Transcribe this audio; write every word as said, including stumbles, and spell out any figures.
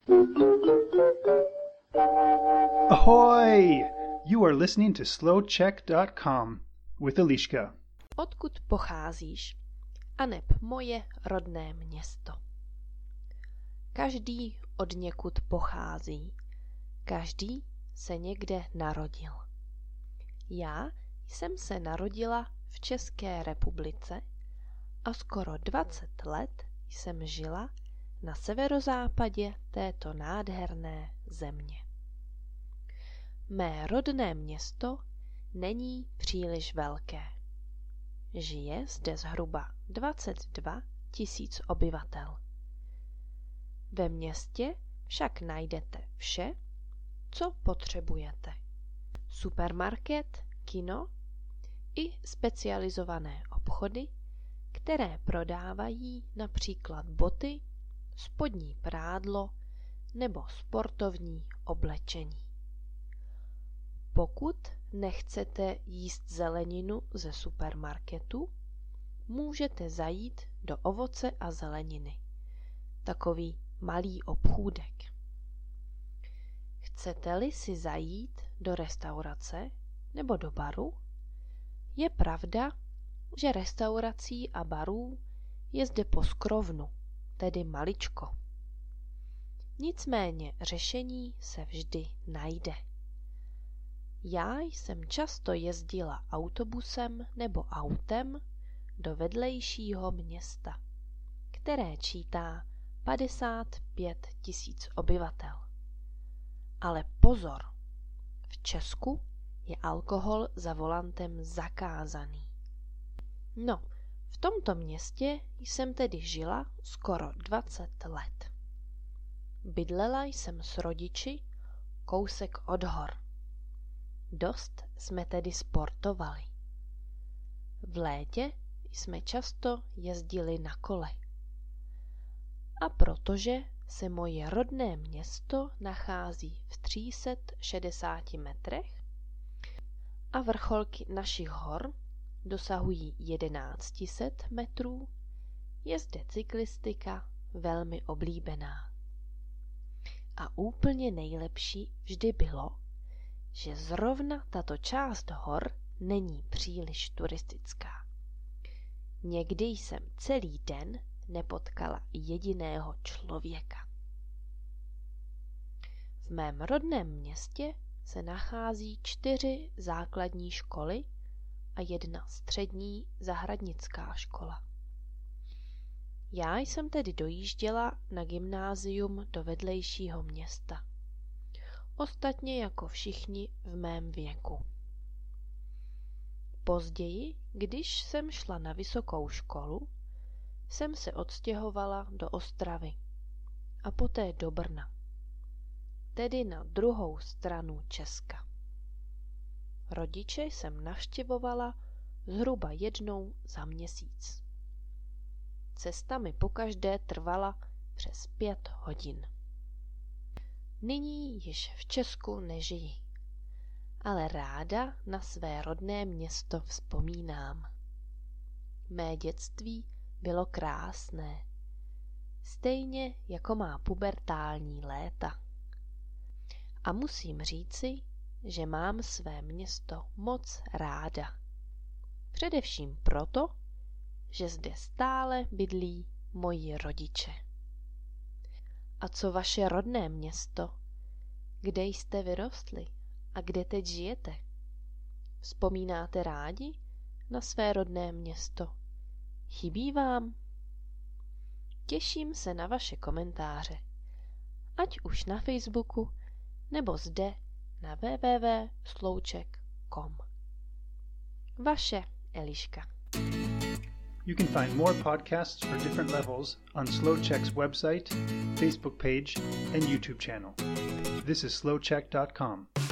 Ahoy! You are listening to slow czech dot com with Eliška. Odkud pocházíš? Aneb moje rodné město. Každý od někud pochází. Každý se někde narodil. Já jsem se narodila v České republice a skoro dvacet let jsem žila na severozápadě této nádherné země. Mé rodné město není příliš velké. Žije zde zhruba dvacet dva tisíc obyvatel. Ve městě však najdete vše, co potřebujete. Supermarket, kino i specializované obchody, které prodávají například boty, spodní prádlo nebo sportovní oblečení. Pokud nechcete jíst zeleninu ze supermarketu, můžete zajít do ovoce a zeleniny. Takový malý obchůdek. Chcete-li si zajít do restaurace nebo do baru? Je pravda, že restaurací a barů je zde poskrovnu, tedy maličko. Nicméně řešení se vždy najde. Já jsem často jezdila autobusem nebo autem do vedlejšího města, které čítá padesát pět tisíc obyvatel. Ale pozor, v Česku je alkohol za volantem zakázaný. No, v tomto městě jsem tedy žila skoro dvacet let. Bydlela jsem s rodiči kousek od hor. Dost jsme tedy sportovali. V létě jsme často jezdili na kole. A protože se moje rodné město nachází v tři sta šedesáti metrech a vrcholky našich hor dosahují tisíc jedna set metrů, je zde cyklistika velmi oblíbená. A úplně nejlepší vždy bylo, že zrovna tato část hor není příliš turistická. Někdy jsem celý den nepotkala jediného člověka. V mém rodném městě se nachází čtyři základní školy a jedna střední zahradnická škola. Já jsem tedy dojížděla na gymnázium do vedlejšího města. Ostatně jako všichni v mém věku. Později, když jsem šla na vysokou školu, jsem se odstěhovala do Ostravy a poté do Brna, tedy na druhou stranu Česka. Rodiče jsem navštěvovala zhruba jednou za měsíc. Cesta mi pokaždé trvala přes pět hodin. Nyní již v Česku nežiji, ale ráda na své rodné město vzpomínám. Mé dětství bylo krásné, stejně jako má pubertální léta. A musím říci, že mám své město moc ráda. Především proto, že zde stále bydlí moji rodiče. A co vaše rodné město? Kde jste vyrostli a kde teď žijete? Vzpomínáte rádi na své rodné město? Chybí vám? Těším se na vaše komentáře, ať už na Facebooku nebo zde na w w w tečka slouček tečka com. Vaše Eliška. You can find more podcasts for different levels on Slow Czech's website, Facebook page, and YouTube channel. This is slow czech dot com.